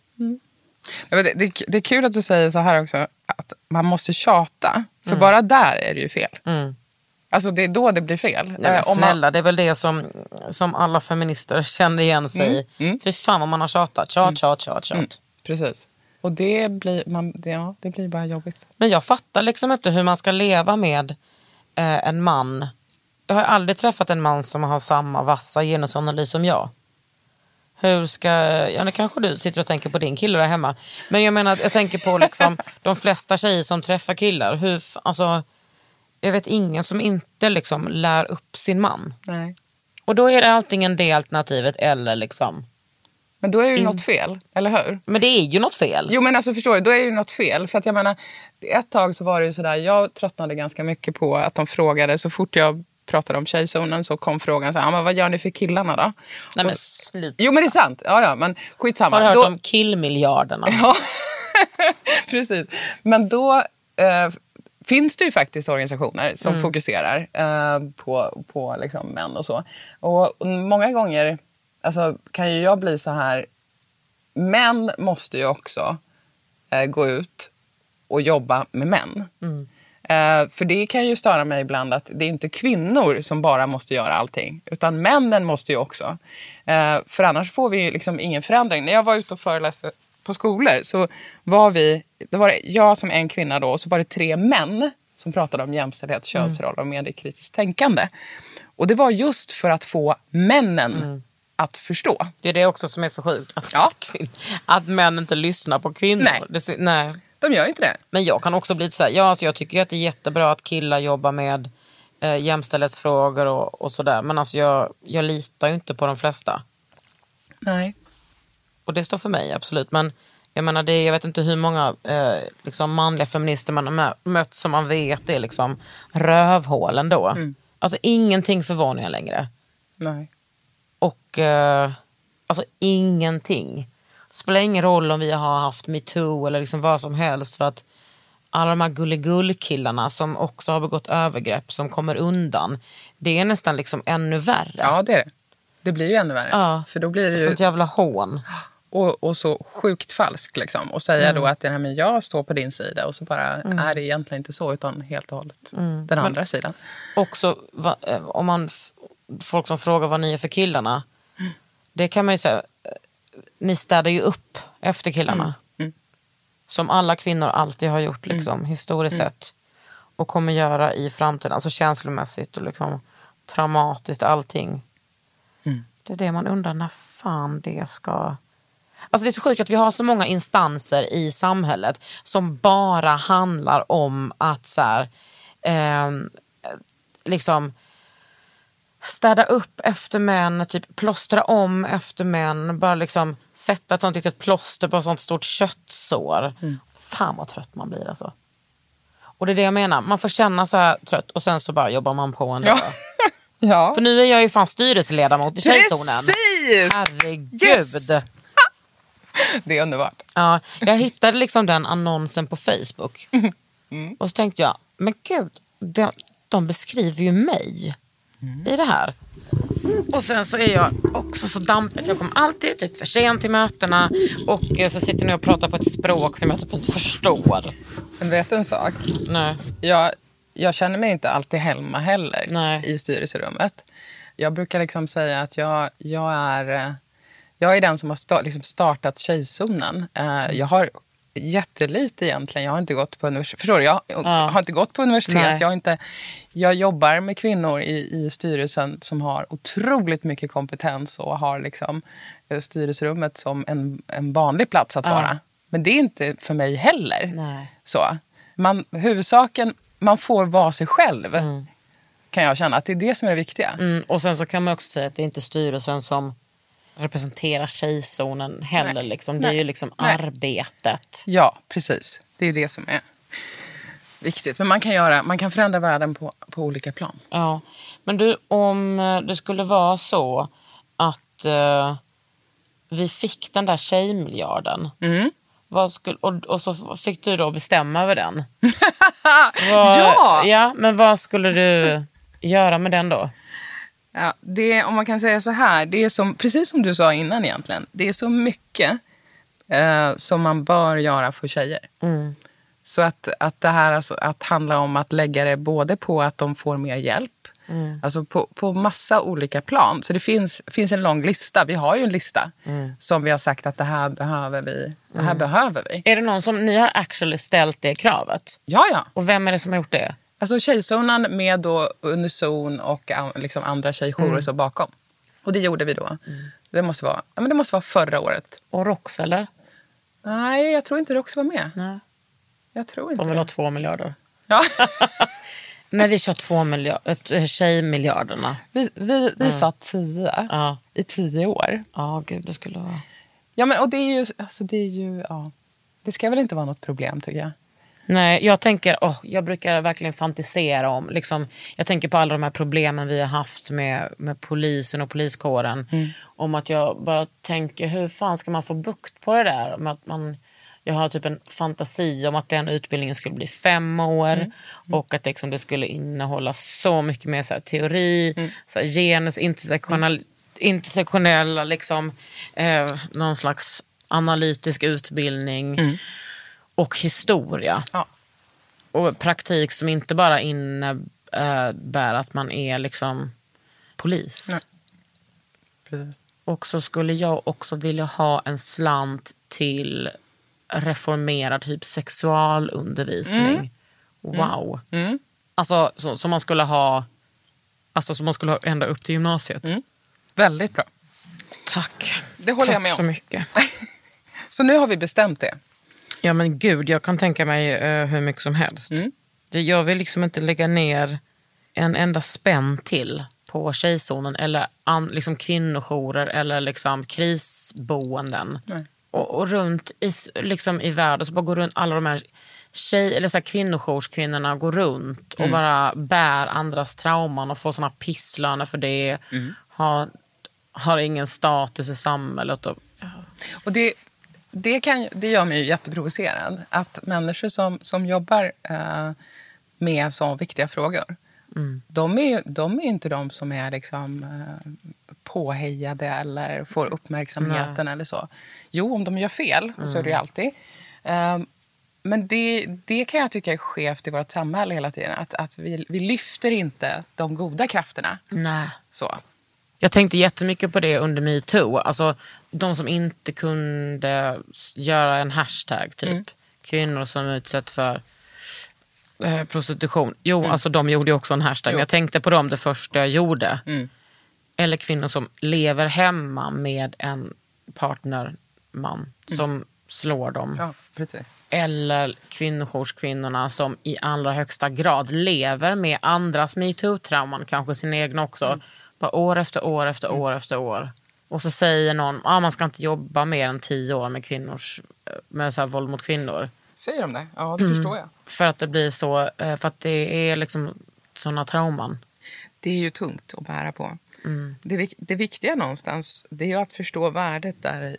Det är kul att du säger så här också, att man måste tjata. För bara där är det ju fel. Alltså det är då det blir fel. Nej, men snälla, det är väl det som alla feminister känner igen sig i. För fan vad man har tjatat. Tjat. Precis. Och det blir bara jobbigt. Men jag fattar liksom inte hur man ska leva med en man. Jag har aldrig träffat en man som har samma vassa genusanalys som jag. Hur ska... Ja, nu kanske du sitter och tänker på din kille där hemma. Men jag menar, jag tänker på liksom de flesta tjejer som träffar killar. Alltså, jag vet ingen som inte liksom lär upp sin man. Nej. Och då är det antingen det alternativet eller liksom... Men då är det ju något fel, eller hur? Men det är ju något fel. Jo, men alltså förstår du, då är det ju något fel. För att jag menar, ett tag så var det ju sådär, jag tröttnade ganska mycket på att de frågade, så fort jag pratade om tjejzonen så kom frågan så här, men vad gör ni för killarna då? Nej, men sluta. Jo, men det är sant. Ja, men skitsamma. Har du hört om killmiljarderna? Ja, precis. Men då finns det ju faktiskt organisationer som fokuserar på liksom män och så. Och många gånger alltså, kan ju jag bli så här, män måste ju också gå ut och jobba med män. För det kan ju störa mig ibland att det är inte kvinnor som bara måste göra allting. Utan männen måste ju också. För annars får vi ju liksom ingen förändring. När jag var ute och föreläste på skolor så var det var jag som en kvinna då. Och så var det 3 män som pratade om jämställdhet, könsroller och mediekritiskt tänkande. Och det var just för att få männen att förstå. Det är det också som är så sjukt. Att män inte lyssnar på kvinnor. Nej. De gör inte det. Men jag kan också bli så här, alltså jag tycker att det är jättebra att killar jobbar med jämställdhetsfrågor och sådär. Men alltså jag litar ju inte på de flesta. Nej. Och det står för mig, absolut. Men jag menar, jag vet inte hur många liksom manliga feminister man har mött som man vet det är liksom rövhålen då. Alltså ingenting förvånar längre. Nej. Och alltså ingenting. Det spelar ingen roll om vi har haft MeToo eller liksom vad som helst, för att alla de här gulligull-killarna som också har begått övergrepp som kommer undan, det är nästan liksom ännu värre. Ja, det är det. Det blir ju ännu värre. Ja. För då blir det ju... Sånt jävla hån. Och så sjukt falskt liksom. Och säga då att men jag står på din sida. Och så bara är det egentligen inte så, utan helt och hållet den andra sidan. Också om folk som frågar vad ni är för killarna. Det kan man ju säga. Ni städar ju upp efter killarna. Som alla kvinnor alltid har gjort liksom, historiskt sett. Och kommer göra i framtiden. Alltså känslomässigt och liksom traumatiskt, allting. Det är det man undrar, när fan det ska... Alltså det är så sjukt att vi har så många instanser i samhället som bara handlar om att så här, liksom städa upp efter män, typ plåstra om efter män, bara liksom sätta ett sånt litet plåster på ett sånt stort köttsår. Fan vad trött man blir alltså. Och det är det jag menar, man får känna så här trött och sen så bara jobbar man på en dag. Ja. För nu är jag ju fan styrelseledamot i Tjejzonen. Precis! Herregud. Yes! Det är underbart. Ja, jag hittade liksom den annonsen på Facebook. Och så tänkte jag, men gud, de beskriver ju mig i det här. Och sen så är jag också så dampig. Jag kommer alltid typ för sent till mötena. Och så sitter jag och pratar på ett språk som jag typ inte förstår. Men vet du en sak? Nej. Jag känner mig inte alltid hemma heller. Nej. I styrelserummet. Jag brukar liksom säga att jag är den som har liksom startat Tjejzonen. Jag har jättelite egentligen. Jag har inte gått på universitet. Förstår du? Jag har inte gått på universitet. Jag jobbar med kvinnor i styrelsen som har otroligt mycket kompetens och har liksom styrelserummet som en vanlig plats att vara. Men det är inte för mig heller. Nej. Så. Huvudsaken man får vara sig själv. Kan jag känna att det är det som är det viktiga. Och sen så kan man också säga att det är inte styrelsen som representerar tjejzonen heller. Liksom. Det är ju liksom arbetet. Ja, precis. Det är det som är viktigt. Men man kan förändra världen på olika plan. Ja. Men du, om det skulle vara så att vi fick den där tjejmiljarden. Och så fick du då bestämma över den. Ja! Ja, men vad skulle du göra med den då? Ja, om man kan säga så här, det är som, precis som du sa innan egentligen, det är så mycket som man bör göra för tjejer. Så att det här alltså, att handla om att lägga det både på att de får mer hjälp, alltså på massa olika plan. Så det finns en lång lista, vi har ju en lista som vi har sagt att det här behöver vi. Är det någon som ni har actually ställt det kravet? Ja. Och vem är det som har gjort det? Alltså tjejzonen med då Unison och liksom andra tjejjourer så bakom. Och det gjorde vi då. Det måste vara förra året. Och Rox, eller? Nej, jag tror inte Rox var med. Nej. Jag tror inte. De vill ha 2 miljarder. Ja. När vi kör 2 miljarder, tjejmiljarderna. Vi sa 10 i 10 år. Ja, gud, det skulle vara... Ja, men och det är ju, det ska väl inte vara något problem tycker jag. Nej, jag tänker, jag brukar verkligen fantisera om, liksom, jag tänker på alla de här problemen vi har haft med polisen och poliskåren. Om att jag bara tänker, hur fan ska man få bukt på det där? Med att jag har typ en fantasi om att den utbildningen skulle bli 5 år och att liksom, det skulle innehålla så mycket mer så här, teori, så här, genus, intersektionella liksom, någon slags analytisk utbildning och historia. Ja. Och praktik som inte bara innebär att man är liksom polis. Nej. Precis. Och så skulle jag också vilja ha en slant till reformerad typ sexualundervisning. Wow. Alltså som man skulle ha, alltså som man skulle ha ända upp till gymnasiet. Väldigt bra. Tack. Det håller jag med om. Tack så mycket. Så nu har vi bestämt det. Ja men gud, jag kan tänka mig hur mycket som helst. Jag vill liksom inte lägga ner en enda spänn till på tjejzonen eller liksom kvinnojourer eller liksom krisboenden. Och runt liksom i världen så bara går runt alla de här eller så här kvinnojourskvinnorna går runt och bara bär andras trauman och får såna pisslöner för det. Har ingen status i samhället. Och det gör mig ju jätteprovocerad. Att människor som jobbar med så viktiga frågor, de är inte de som är liksom påhejade eller får uppmärksamheten eller så. Jo, om de gör fel, och så är det ju alltid. Men det kan jag tycka är skevt i vårt samhälle hela tiden. Att vi lyfter inte de goda krafterna. Nej. Så. Jag tänkte jättemycket på det under MeToo. Alltså de som inte kunde göra en hashtag typ. Kvinnor som utsätts för prostitution. Jo, alltså de gjorde ju också en hashtag. Jag tänkte på dem det första jag gjorde. Eller kvinnor som lever hemma med en partnerman som slår dem. Ja, precis. Eller kvinnojourskvinnorna som i allra högsta grad lever med andras MeToo-trauman, kanske sin egen också. Bara år efter år efter år efter år. Och så säger någon, man ska inte jobba mer än 10 år med så här våld mot kvinnor. Säger de det? Ja, det förstår jag. För att det blir så, för att det är liksom sådana trauman. Det är ju tungt att bära på. Det viktiga någonstans, det är ju att förstå värdet där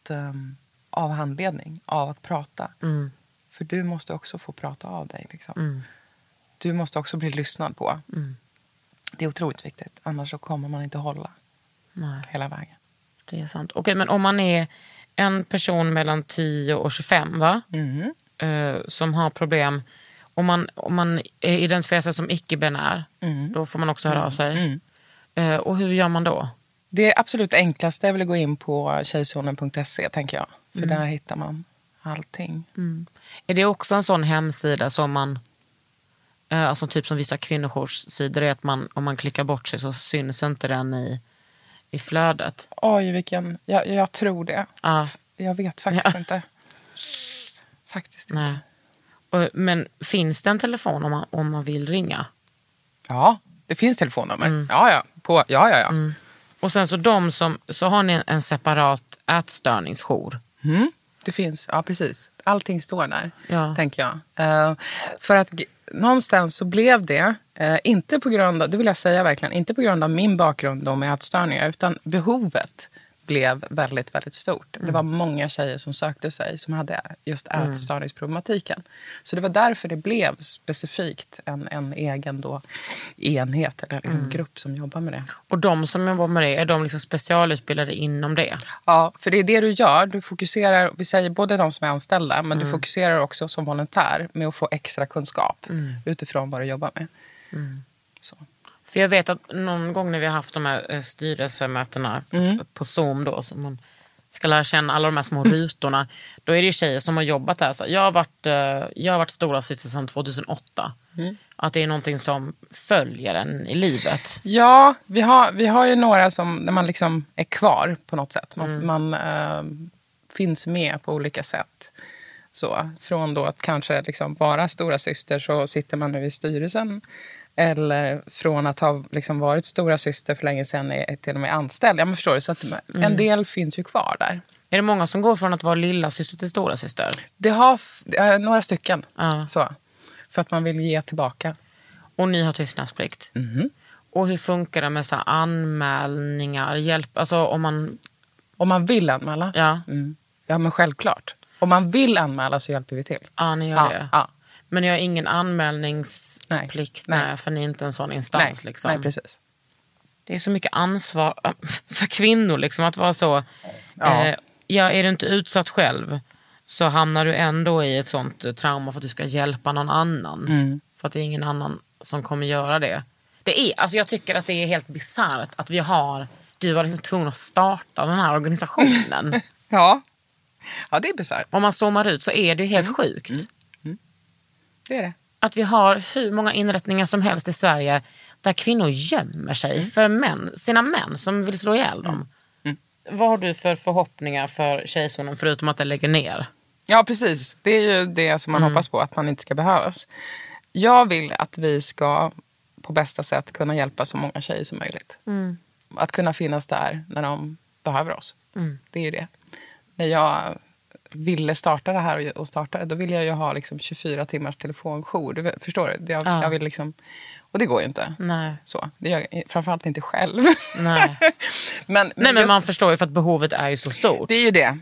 av handledning, av att prata. För du måste också få prata av dig. Liksom. Du måste också bli lyssnad på. Det är otroligt viktigt. Annars så kommer man inte hålla hela vägen. Det är sant. Okej, men om man är en person mellan 10 och 25, va? Som har problem. Om man identifierar sig som icke-binär, då får man också höra av sig. Och hur gör man då? Det absolut enklaste är väl att gå in på tjejzonen.se, tänker jag. För där hittar man allting. Är det också en sån hemsida som man... Alltså typ som vissa kvinnojourssidor är att om man klickar bort sig så syns inte den i flödet. Oj, jag tror det. Jag vet faktiskt inte. Faktiskt inte. Nej. Men finns det en telefon om man vill ringa? Ja, det finns telefonnummer. Ja. Och sen så har ni en separat ätstörningsjour. Det finns, ja precis. Allting står där, tänker jag. För att någonstans så blev det, inte på grund av, det vill jag säga verkligen, inte på grund av min bakgrund då med ätstörningar, utan behovet blev väldigt, väldigt stort. Det var många tjejer som sökte sig som hade just ätstörningsproblematiken. Så det var därför det blev specifikt en egen då enhet eller liksom grupp som jobbar med det. Och de som jobbar med det, är de liksom specialutbildade inom det? Ja, för det är det du gör. Du fokuserar, vi säger både de som är anställda, men du fokuserar också som volontär med att få extra kunskap utifrån vad du jobbar med. Så. För jag vet att någon gång när vi har haft de här styrelsemötena på Zoom då, som man ska lära känna alla de här små rutorna, då är det ju tjejer som har jobbat där. Så jag har varit stora syster sedan 2008. Att det är någonting som följer en i livet. Ja, vi har ju några som där man liksom är kvar på något sätt. Man finns med på olika sätt. Så, från då att kanske liksom vara stora syster så sitter man nu i styrelsen. Eller från att ha liksom varit stora syster för länge sedan är till och med anställd. Ja, men förstår du? Så att en del finns ju kvar där. Är det många som går från att vara lilla syster till stora syster? Det har några stycken. Så, för att man vill ge tillbaka. Och ni har tystnadsplikt. Och hur funkar det med så anmälningar? Hjälp, alltså om man vill anmäla? Ja. Ja, men självklart. Om man vill anmäla så hjälper vi till. Ja, ni gör det. Ja. Men ni har ingen anmälningsplikt? Nej, för ni är inte en sån instans. Liksom. Nej, precis. Det är så mycket ansvar för kvinnor liksom, att vara så. Är du inte utsatt själv så hamnar du ändå i ett sånt trauma för att du ska hjälpa någon annan. För att det är ingen annan som kommer göra det. Jag tycker att det är helt bisarrt att du var liksom tvungen att starta den här organisationen. Ja, det är bisarrt. Om man zoomar ut så är det helt sjukt. Det är det. Att vi har hur många inrättningar som helst i Sverige där kvinnor gömmer sig för sina män som vill slå ihjäl dem. Vad har du för förhoppningar för Tjejzonen förutom att det lägger ner? Ja, precis. Det är ju det som man hoppas på, att man inte ska behövas. Jag vill att vi ska på bästa sätt kunna hjälpa så många tjejer som möjligt. Att kunna finnas där när de behöver oss. Det är ju det. När jag ville starta det här och starta det, då ville jag ju ha liksom 24 timmars telefonjour. Du förstår du? Jag vill liksom, och det går ju inte. Nej. Så, det gör jag framförallt inte själv. Nej. men man förstår ju för att behovet är ju så stort. Det är ju det.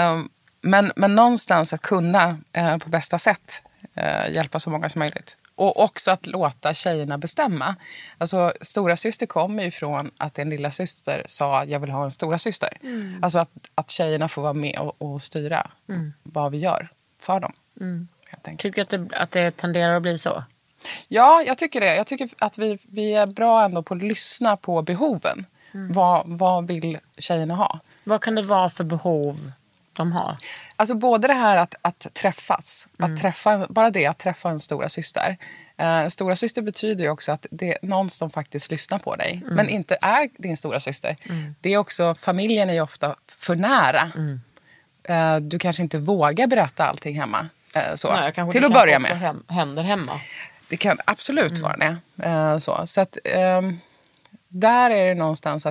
Men någonstans att kunna på bästa sätt hjälpa så många som möjligt. Och också att låta tjejerna bestämma. Alltså stora syster kommer ju från att en lilla syster sa jag vill ha en stora syster. Alltså att tjejerna får vara med och styra vad vi gör för dem. Tycker du att det tenderar att bli så? Ja, jag tycker det. Jag tycker att vi är bra ändå på att lyssna på behoven. Vad vill tjejerna ha? Vad kan det vara för behov de har? Alltså både det här att träffas. Bara det att träffa en stora syster. Stora syster betyder ju också att det är någon som faktiskt lyssnar på dig. Men inte är din stora syster. Det är också, familjen är ju ofta för nära. Du kanske inte vågar berätta allting hemma. Nej, till att börja med. Händer hemma. Det kan absolut vara det. Så att där är det någonstans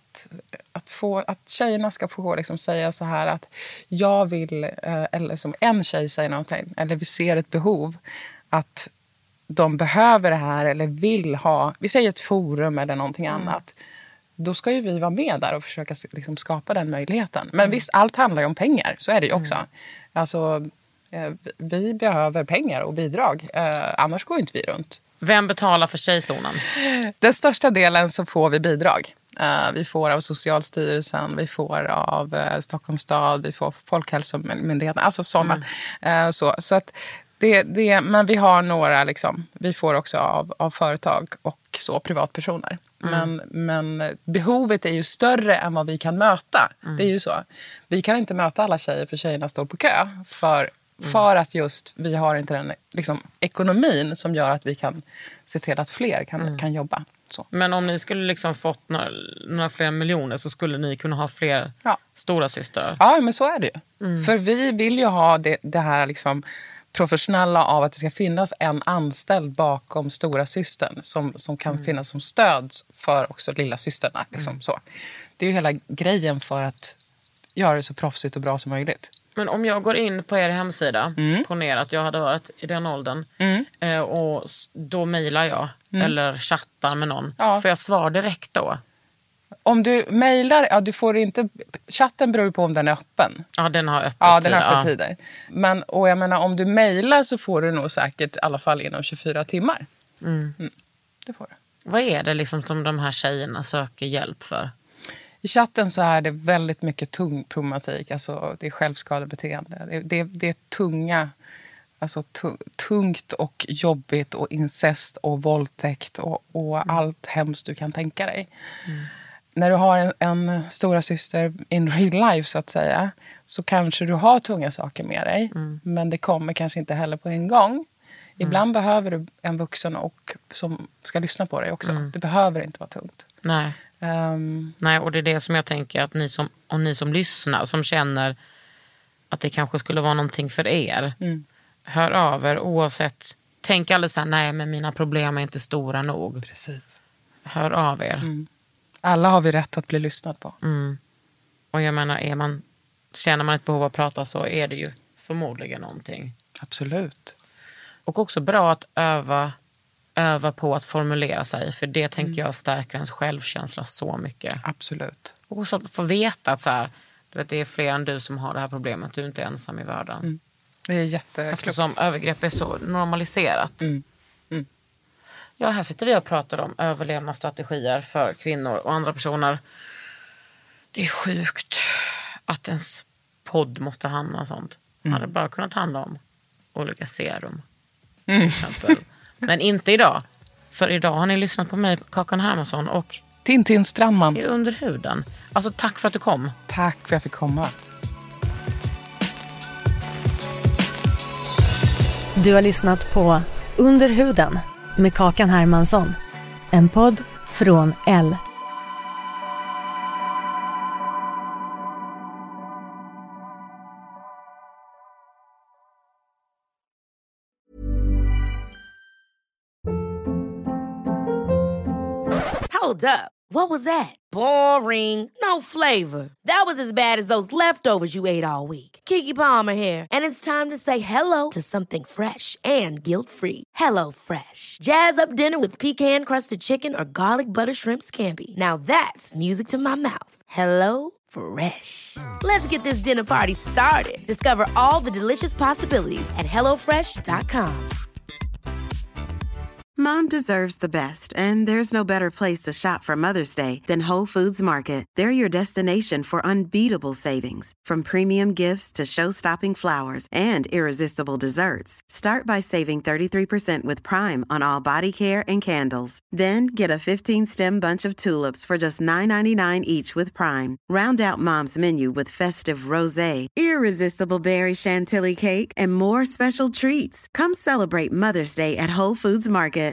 att tjejerna ska få liksom säga så här att jag vill, eller som en tjej säger någonting, eller vi ser ett behov att de behöver det här eller vill ha, vi säger ett forum eller någonting annat. Då ska ju vi vara med där och försöka liksom skapa den möjligheten. Men visst, allt handlar ju om pengar, så är det ju också. Alltså, vi behöver pengar och bidrag, annars går inte vi runt. Vem betalar för Tjejzonen? Den största delen så får vi bidrag. Vi får av Socialstyrelsen, vi får av Stockholms stad, vi får Folkhälsomyndigheten, alltså sådana. Så att men vi har några liksom, vi får också av företag och så privatpersoner. Men behovet är ju större än vad vi kan möta. Det är ju så. Vi kan inte möta alla tjejer för tjejerna står på kö för att just vi har inte den liksom, ekonomin som gör att vi kan se till att fler kan jobba. Så. Men om ni skulle liksom fått några fler miljoner så skulle ni kunna ha fler stora systrar. Ja, men så är det ju. För vi vill ju ha det här liksom professionella av att det ska finnas en anställd bakom stora systern som kan finnas som stöd för också lilla systerna. Liksom, så. Det är ju hela grejen för att göra det så proffsigt och bra som möjligt. Men om jag går in på er hemsida, ponera att jag hade varit i den åldern, och då mejlar jag eller chattar med någon. Ja. Får jag svar direkt då? Om du mejlar, du får inte... Chatten beror på om den är öppen. Ja, den har öppet Ja, den har öppet tider. Men, och jag menar, om du mejlar så får du nog säkert i alla fall inom 24 timmar. Det får du. Vad är det liksom som de här tjejerna söker hjälp för? I chatten så är det väldigt mycket tung problematik. Alltså det är självskadebeteende. Det är tunga, alltså tungt och jobbigt och incest och våldtäkt och allt hemskt du kan tänka dig. När du har en stora syster in real life så att säga, så kanske du har tunga saker med dig. Men det kommer kanske inte heller på en gång. Ibland behöver du en vuxen som ska lyssna på dig också. Det behöver inte vara tungt. Nej. Nej, och det är det som jag tänker att ni som lyssnar, som känner att det kanske skulle vara någonting för er, hör av er oavsett. Tänk aldrig så här, nej men mina problem är inte stora nog. Precis. Hör av er. Alla har vi rätt att bli lyssnad på. Och jag menar, känner man ett behov av att prata så är det ju förmodligen någonting. Absolut. Och också bra att öva på att formulera sig. För det tänker jag stärker ens självkänsla så mycket. Absolut. Och också få veta att så här, du vet, det är fler än du som har det här problemet. Du är inte ensam i världen. Det är jätteklokt. Eftersom övergrepp är så normaliserat. Ja, här sitter vi och pratar om överlevnadsstrategier för kvinnor och andra personer. Det är sjukt att ens podd måste handla om sånt. Hade bara kunnat handla om olika serum. Till exempel. Men inte idag. För idag har ni lyssnat på mig, Kakan Hermansson, och Tintin Strandman. i Under huden. Alltså tack för att du kom. Tack för att jag fick komma. Du har lyssnat på Under huden med Kakan Hermansson. En podd från L. Hold up. What was that? Boring. No flavor. That was as bad as those leftovers you ate all week. Keke Palmer here, and it's time to say hello to something fresh and guilt-free. Hello Fresh. Jazz up dinner with pecan-crusted chicken or garlic butter shrimp scampi. Now that's music to my mouth. Hello Fresh. Let's get this dinner party started. Discover all the delicious possibilities at hellofresh.com. Mom deserves the best, and there's no better place to shop for Mother's Day than Whole Foods Market. They're your destination for unbeatable savings, from premium gifts to show-stopping flowers and irresistible desserts. Start by saving 33% with Prime on all body care and candles. Then get a 15-stem bunch of tulips for just $9.99 each with Prime. Round out Mom's menu with festive rosé, irresistible berry chantilly cake, and more special treats. Come celebrate Mother's Day at Whole Foods Market.